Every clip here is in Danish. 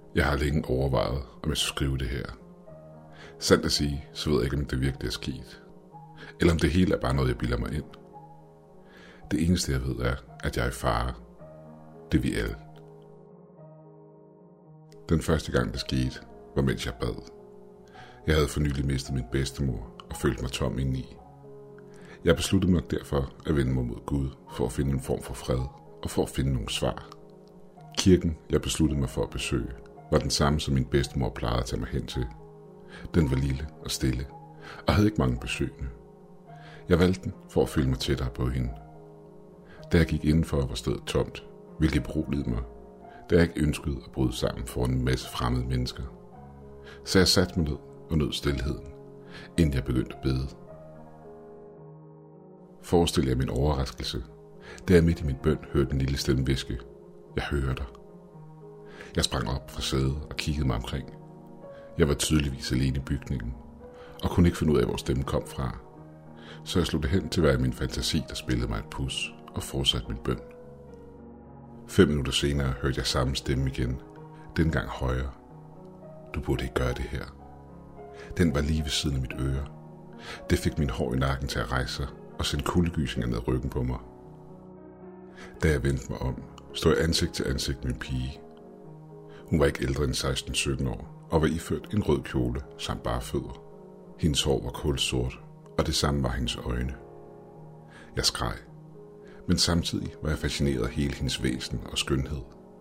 Jeg har længe overvejet, om jeg skulle skrive det her. Sandt at sige, så ved jeg ikke, om det virkelig er sket. Eller om det hele er bare noget, jeg bilder mig ind. Det eneste, jeg ved, er, at jeg er i fare. Det er vi alle. Den første gang, det skete, var mens jeg bad. Jeg havde for nylig mistet min bedstemor og følte mig tom indeni. Jeg besluttede mig derfor at vende mig mod Gud for at finde en form for fred og for at finde nogle svar. Kirken, jeg besluttede mig for at besøge, var den samme, som min bedstemor plejede at tage mig hen til. Den var lille og stille og havde ikke mange besøgende. Jeg valgte den for at føle mig tættere på hende. Da jeg gik indenfor, var stedet tomt, hvilket beroligede mig, da jeg ikke ønskede at bryde sammen foran en masse fremmede mennesker. Så jeg satte mig ned og nød stilheden, inden jeg begyndte at bede. Forestil jer min overraskelse, da jeg midt i min bøn hørte en lille stemme hviske: "Jeg hører dig." Jeg sprang op fra sædet og kiggede mig omkring. Jeg var tydeligvis alene i bygningen, og kunne ikke finde ud af, hvor stemmen kom fra. Så jeg slog det hen til at være min fantasi, der spillede mig et pus, og fortsatte min bøn. 5 minutter senere hørte jeg samme stemme igen, dengang højere. "Du burde ikke gøre det her." Den var lige ved siden af mit øre. Det fik min hår i nakken til at rejse sig og sendte kuldegysninger ned ryggen på mig. Da jeg vendte mig om, stod jeg ansigt til ansigt med en pige. Hun var ikke ældre end 16-17 år og var iført en rød kjole samt bare fødder. Hendes hår var kulsort, og det samme var hendes øjne. Jeg skreg, men samtidig var jeg fascineret af hele hendes væsen og skønhed.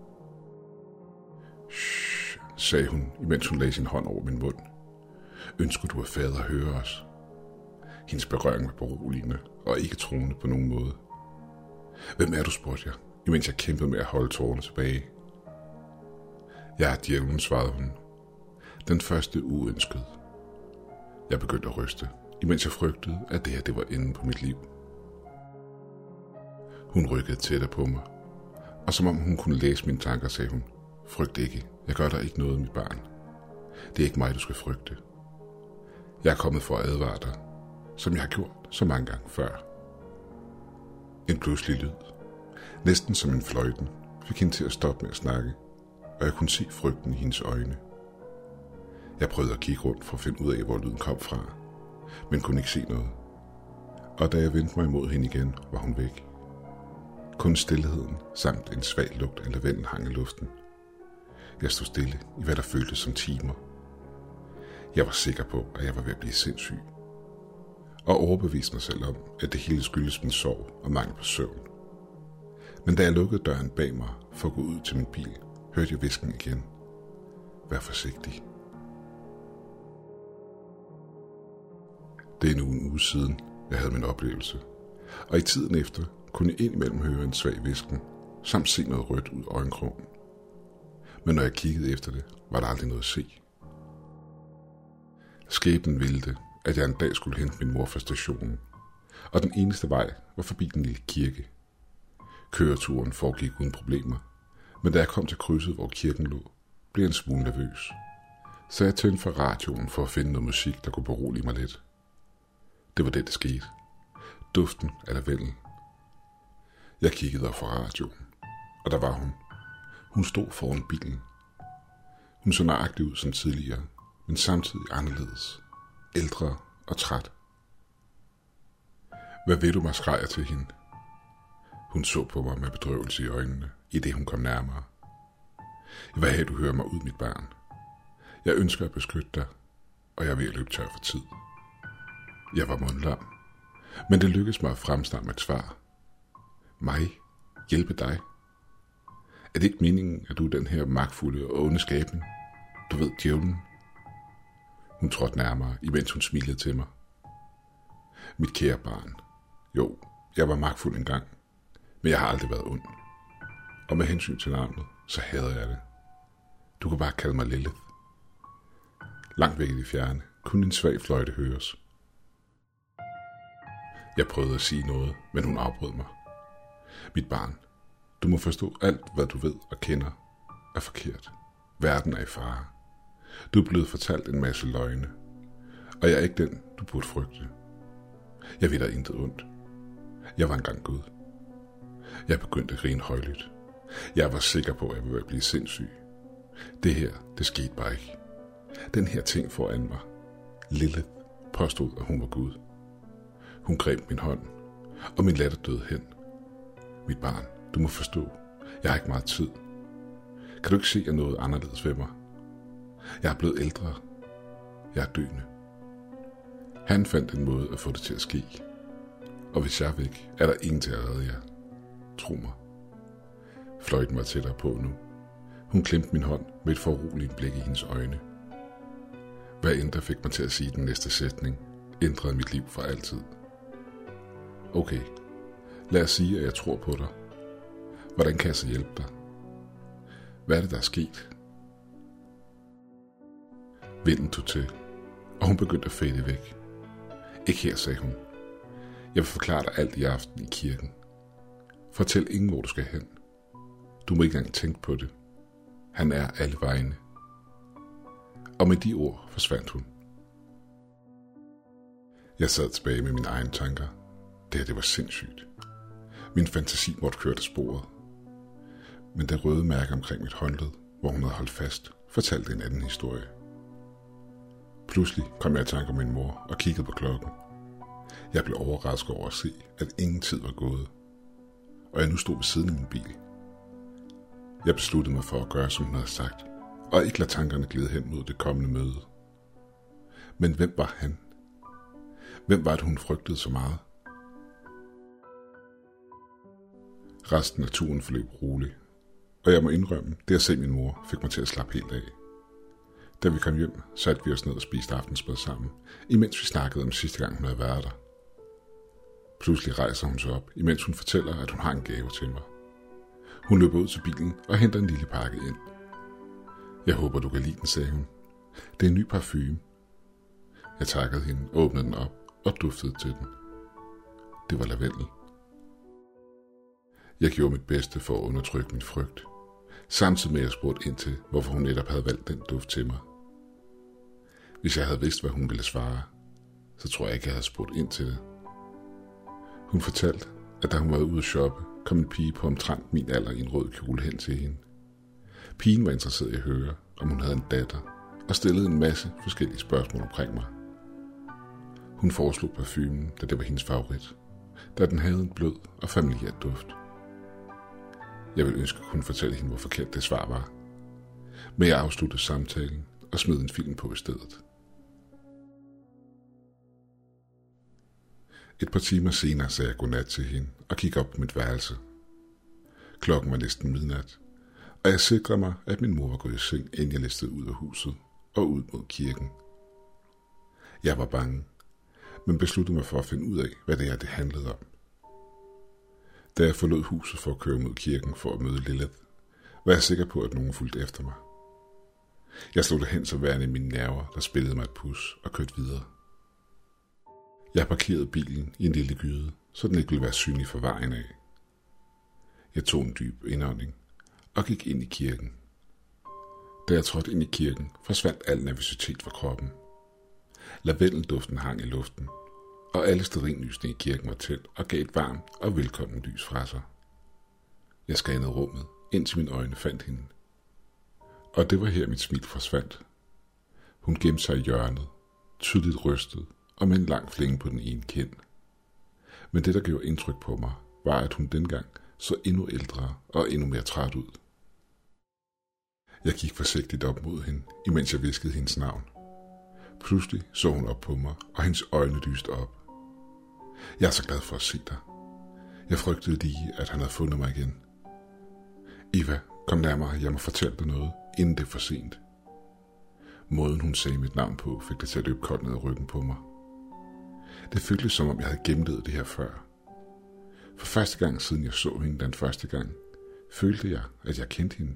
"Shh", sagde hun, imens hun lagde sin hånd over min mund. "Ønsker du, at fader hører os?" Hendes berøring var beroligende og ikke troende på nogen måde. "Hvem er du?" spurgte jeg, imens jeg kæmpede med at holde tårerne tilbage. "Jeg er djævlen", svarede hun. "Den første uønskede." Jeg begyndte at ryste, imens jeg frygtede, at det her det var enden på mit liv. Hun rykkede tættere på mig, og som om hun kunne læse mine tanker, sagde hun: "Frygt ikke, jeg gør dig ikke noget, mit barn. Det er ikke mig, du skal frygte. Jeg er kommet for at advare dig, som jeg har gjort så mange gange før." En pludselig lyd, næsten som en fløjten, fik hende til at stoppe med at snakke, og jeg kunne se frygten i hendes øjne. Jeg prøvede at kigge rundt for at finde ud af, hvor lyden kom fra, men kunne ikke se noget. Og da jeg vendte mig imod hende igen, var hun væk. Kun stilheden samt en svag lugt af lavendel hang i luften. Jeg stod stille i hvad der føltes som timer. Jeg var sikker på, at jeg var ved at blive sindssyg, og overbeviste mig selv om, at det hele skyldes min sorg og mangel på søvn. Men da jeg lukkede døren bag mig for at gå ud til min bil, hørte jeg hvisken igen: "Vær forsigtig." Det er nu en uge siden, jeg havde min oplevelse, og i tiden efter kunne jeg indimellem høre en svag hvisken, samt se noget rødt ud af øjenkrogen. Men når jeg kiggede efter det, var der aldrig noget at se. Skæbnen ville det, at jeg en dag skulle hente min mor fra stationen, og den eneste vej var forbi den lille kirke. Køreturen foregik uden problemer, men da jeg kom til krydset, hvor kirken lå, blev jeg en smule nervøs. Så jeg tændte for radioen for at finde noget musik, der kunne berolige mig lidt. Det var det, der skete. Duften af lavendel. Jeg kiggede op fra radioen, og der var hun. Hun stod foran bilen. Hun så nøjagtig ud som tidligere, men samtidig anderledes. Ældre og træt. "Hvad vil du mig?" skreg jeg til hende. Hun så på mig med bedrøvelse i øjnene, i det hun kom nærmere. "Jeg vil have, du hører mig ud, mit barn. Jeg ønsker at beskytte dig, og jeg er ved at løbe tør for tid." Jeg var mundlam, men det lykkedes mig at fremstamme et svar. "Mig? Hjælpe dig? Er det ikke meningen, at du er den her magtfulde og onde skabning? Du ved, djævlen." Hun trådte nærmere, imens hun smilede til mig. "Mit kære barn. Jo, jeg var magtfuld engang, men jeg har aldrig været ond. Og med hensyn til navnet, så hader jeg det. Du kan bare kalde mig Lilith." Langt væk i det fjerne kunne en svag fløjte høres. Jeg prøvede at sige noget, men hun afbrød mig. "Mit barn, du må forstå, alt hvad du ved og kender er forkert. Verden er i fare. Du er blevet fortalt en masse løgne, og jeg er ikke den, du burde frygte. Jeg ved dig intet ondt. Jeg var engang Gud." Jeg begyndte at grine højlydt. Jeg var sikker på, at jeg ville blive sindssyg. Det skete bare ikke. Den her ting foran mig. Lilith påstod, at hun var Gud. Hun greb min hånd, og min latter døde hen. Mit barn, du må forstå. Jeg har ikke meget tid. Kan du ikke se, at noget anderledes ved mig? Jeg er blevet ældre. Jeg er døende. Han fandt en måde at få det til at ske. Og hvis jeg er væk, er der ingen til at redde jer. Tro mig. Fløjten var tættere på nu. Hun klemte min hånd med et foruroligende blik i hendes øjne. Hvad end der fik mig til at sige den næste sætning, ændrede mit liv for altid. Okay, lad os sige, at jeg tror på dig. Hvordan kan jeg så hjælpe dig? Hvad er det, der er sket? Vinden tog til, og hun begyndte at fade væk. Ikke her, sagde hun. Jeg vil forklare dig alt i aften i kirken. Fortæl ingen, hvor du skal hen. Du må ikke engang tænke på det. Han er alle vegne. Og med de ord forsvandt hun. Jeg sad tilbage med mine egne tanker. Det var sindssygt. Min fantasi måtte køre til sporet. Men det røde mærke omkring mit håndled, hvor hun havde holdt fast, fortalte en anden historie. Pludselig kom jeg i tanke om min mor og kiggede på klokken. Jeg blev overrasket over at se, at ingen tid var gået, og jeg nu stod ved siden af min bil. Jeg besluttede mig for at gøre, som hun havde sagt, og ikke lade tankerne glide hen mod det kommende møde. Men hvem var han? Hvem var det, hun frygtede så meget? Resten af turen forløb roligt, og jeg må indrømme, det at se min mor fik mig til at slappe helt af. Da vi kom hjem, satte vi os ned og spiste aftensmad sammen, imens vi snakkede om sidste gang, hun havde været der. Pludselig rejser hun sig op, imens hun fortæller, at hun har en gave til mig. Hun løber ud til bilen og henter en lille pakke ind. Jeg håber, du kan lide den, sagde hun. Det er en ny parfume. Jeg takkede hende, åbnede den op og duftede til den. Det var lavendel. Jeg gjorde mit bedste for at undertrykke min frygt, samtidig med at jeg spurgte ind til, hvorfor hun netop havde valgt den duft til mig. Hvis jeg havde vidst, hvad hun ville svare, så tror jeg ikke, jeg havde spurgt ind til det. Hun fortalte, at da hun var ude at shoppe, kom en pige på omtrent min alder i en rød kjole hen til hende. Pigen var interesseret i at høre, om hun havde en datter, og stillede en masse forskellige spørgsmål omkring mig. Hun foreslog parfumen, da det var hendes favorit, da den havde en blød og familiær duft. Jeg ville ønske at kunne fortælle hende, hvor forkert det svar var. Men jeg afsluttede samtalen og smed en film på i stedet. Et par timer senere sagde jeg godnat til hende og gik op på mit værelse. Klokken var næsten midnat, og jeg sikrede mig, at min mor var gået i seng, inden jeg listede ud af huset og ud mod kirken. Jeg var bange, men besluttede mig for at finde ud af, hvad det handlede om. Da jeg forlod huset for at køre mod kirken for at møde Lilith, var jeg sikker på, at nogen fulgte efter mig. Jeg slog derhen så værende i mine nerver, der spillede mig et pus og kørte videre. Jeg parkerede bilen i en lille gyde, så den ikke ville være synlig for vejen af. Jeg tog en dyb indånding og gik ind i kirken. Da jeg trådte ind i kirken, forsvandt al nervøsitet fra kroppen. Lavendelduften hang i luften, og alle stearinlysene i kirken var tændt og gav et varmt og velkommen lys fra sig. Jeg scannede rummet, indtil mine øjne fandt hende. Og det var her mit smil forsvandt. Hun gemte sig i hjørnet, tydeligt rystet og med en lang flænge på den ene kind. Men det, der gjorde indtryk på mig, var, at hun dengang så endnu ældre og endnu mere træt ud. Jeg gik forsigtigt op mod hende, imens jeg hviskede hendes navn. Pludselig så hun op på mig, og hendes øjne lyste op. Jeg er så glad for at se dig. Jeg frygtede lige, at han havde fundet mig igen. Eva, kom nærmere, jeg må fortælle dig noget, inden det er for sent. Måden hun sagde mit navn på, fik det til at løbe koldt ned ad ryggen på mig. Det føltes som om jeg havde gennemlevet det her før. For første gang siden jeg så hende den første gang, følte jeg, at jeg kendte hende.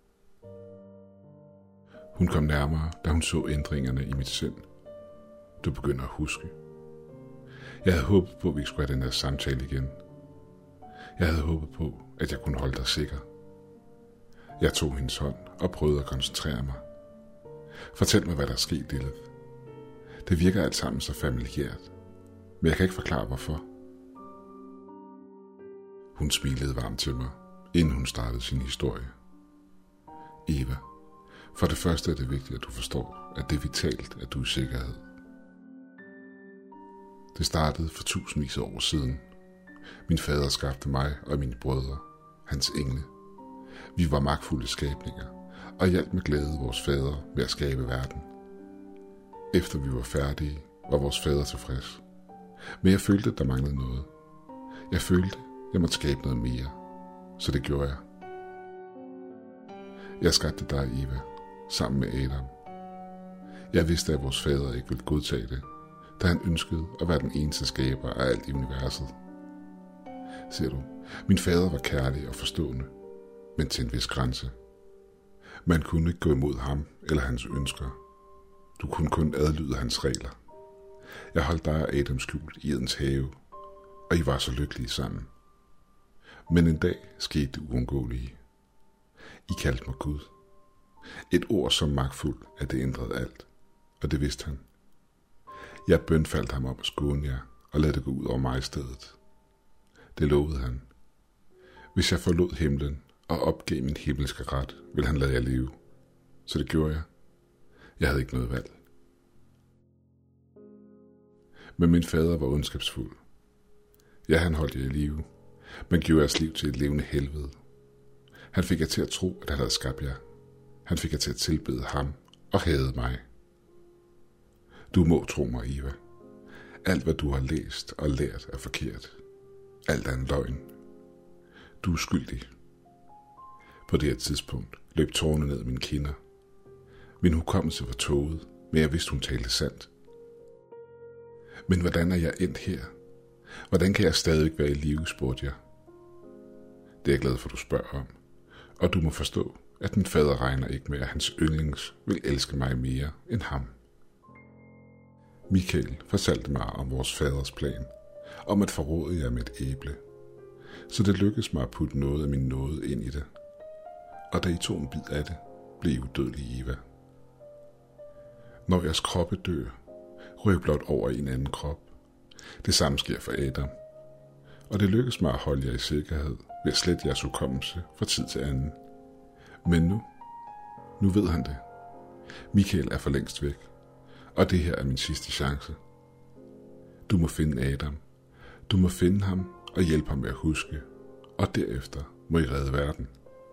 Hun kom nærmere, da hun så ændringerne i mit sind. Du begynder at huske. Jeg havde håbet på, at vi skulle have den her samtale igen. Jeg havde håbet på, at jeg kunne holde dig sikker. Jeg tog hendes hånd og prøvede at koncentrere mig. Fortæl mig, hvad der er sket, Lilith. Det virker alt sammen så familiært, men jeg kan ikke forklare, hvorfor. Hun smilede varmt til mig, inden hun startede sin historie. Eva, For det første er det vigtigt, at du forstår, at det er vitalt, at du er i sikkerhed. Det startede for tusindvis af år siden. Min fader skabte mig og mine brødre, hans engle. Vi var magtfulde skabninger, og hjalp med glæde vores fader med at skabe verden. Efter vi var færdige, var vores fader tilfreds. Men jeg følte, at der manglede noget. Jeg følte, at jeg måtte skabe noget mere. Så det gjorde jeg. Jeg skabte dig, Eva, sammen med Adam. Jeg vidste, at vores fader ikke ville godtage det, da han ønskede at være den eneste skaber af alt i universet. Ser du, min fader var kærlig og forstående, men til en vis grænse. Man kunne ikke gå imod ham eller hans ønsker. Du kunne kun adlyde hans regler. Jeg holdt dig og Adam skjult i Edens have, og I var så lykkelige sammen. Men en dag skete det uundgåelige. I kaldte mig Gud. Et ord så magtfuldt, at det ændrede alt, og det vidste han. Jeg bønfaldt ham om at skåne jer og lade det gå ud over mig i stedet. Det lovede han. Hvis jeg forlod himlen og opgav min himmelske ret, ville han lade jer leve. Så det gjorde jeg. Jeg havde ikke noget valg. Men min fader var ondskabsfuld. Ja, han holdt jer i live, men gjorde jeres liv til et levende helvede. Han fik jer til at tro, at han havde skabt jer. Han fik jer til at tilbede ham og hade mig. Du må tro mig, Eva. Alt, hvad du har læst og lært, er forkert. Alt er en løgn. Du er skyldig. På det her tidspunkt løb tårerne ned mine kinder. Min hukommelse var tåget, men jeg vidste, hun talte sandt. Men hvordan er jeg endt her? Hvordan kan jeg stadig være i live, spurgte jeg. Det er jeg glad for, du spørger om. Og du må forstå, at min fader regner ikke med, at hans yndlings vil elske mig mere end ham. Michael fortalte mig om vores faders plan, om at forråde jer med et æble. Så det lykkedes mig at putte noget af min nåde ind i det. Og da I tog en bid af det, blev I udødelige, Eva. Når jeres kroppe dør, ryger blot over i en anden krop. Det samme sker for Adam. Og det lykkedes mig at holde jer i sikkerhed ved at slette jeres hukommelse fra tid til anden. Men nu ved han det. Michael er for længst væk, og det her er min sidste chance. Du må finde Adam. Du må finde ham og hjælpe ham med at huske, og derefter må I redde verden.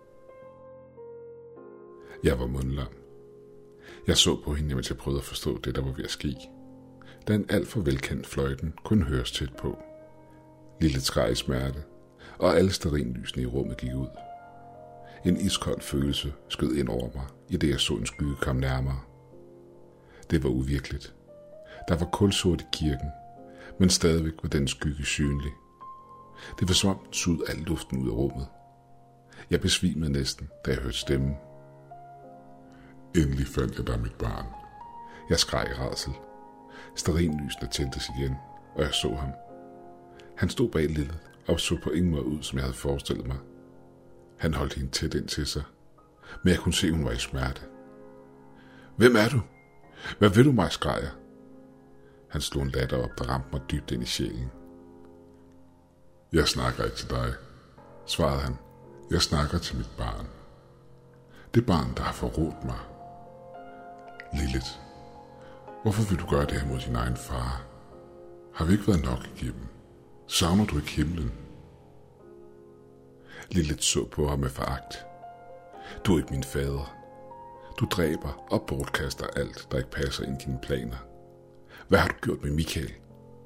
Jeg var mundlam. Jeg så på hende, mens jeg prøvede at forstå det, der var ved at ske. Da en alt for velkendt fløjten kunne høres tæt på. Lille skreg i smerte, og alle stearinlysene i rummet gik ud. En iskold følelse skød ind over mig, i det jeg så en skygge komme nærmere. Det var uvirkeligt. Der var kulsort i kirken, men stadigvæk var den skygge synlig. Det var som om den sugede al luften ud af rummet. Jeg besvimede næsten, da jeg hørte stemmen. Endelig fandt jeg dig, mit barn. Jeg skreg i rædsel. Stearinlysene tændtes igen, og jeg så ham. Han stod bag Lilith og så på ingen måde ud, som jeg havde forestillet mig. Han holdt hende tæt ind til sig, men jeg kunne se, hun var i smerte. Hvem er du? Hvad vil du mig, skreg jeg. Han slog en latter op, der ramte mig dybt ind i sjælen. Jeg snakker ikke til dig, svarede han. Jeg snakker til mit barn. Det barn, der har forrådt mig. Lilith, hvorfor vil du gøre det her mod din egen far? Har vi ikke været nok igennem? Savner du ikke himlen? Lilith så på ham med foragt. Du er ikke min fader. Du dræber og bortkaster alt, der ikke passer ind i dine planer. Hvad har du gjort med Michael?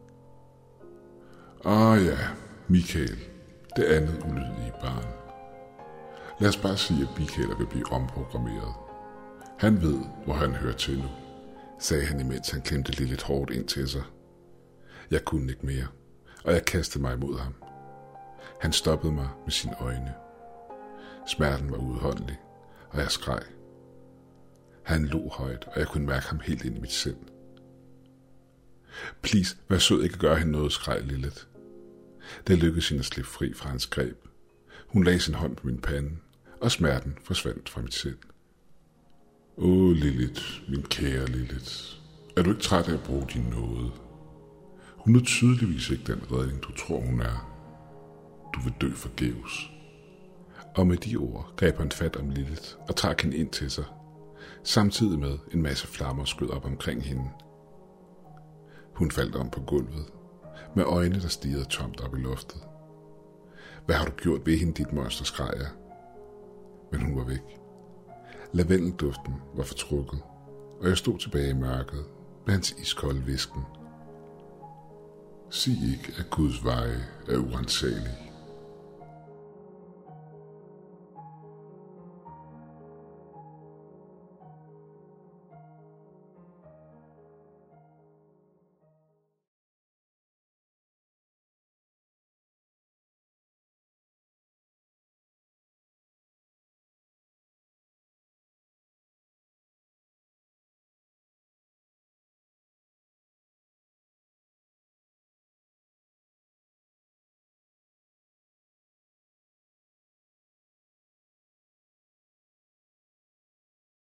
Ja, Michael. Det andet ulydige barn. Lad os bare sige, at Michael vil blive omprogrammeret. Han ved, hvor han hører til nu, sagde han, imens han klemte Lilith hårdt ind til sig. Jeg kunne ikke mere, og jeg kastede mig imod ham. Han stoppede mig med sine øjne. Smerten var uudholdelig, og jeg skreg. Han lå højt, og jeg kunne mærke ham helt ind i mit sind. Please, vær sød ikke at gøre hende noget, skreg Lilith. Det lykkedes hende at slippe fri fra hans greb. Hun lagde sin hånd på min pande, og smerten forsvandt fra mit sind. Lilith, min kære Lilith, er du ikke træt af at bruge din nåde? Hun er tydeligvis ikke den redning, du tror, hun er. Du vil dø forgæves. Og med de ord greb han fat om Lilith og trak hende ind til sig. samtidig med en masse flammer skød op omkring hende. Hun faldt om på gulvet, med øjne, der stirrede tomt op i luftet. Hvad har du gjort ved hende, dit monster, skreg jeg. Men hun var væk. Lavendelduften var fortrukket, og jeg stod tilbage i mørket med hans iskolde hvisken. Sig ikke, at Guds veje er uransagelige.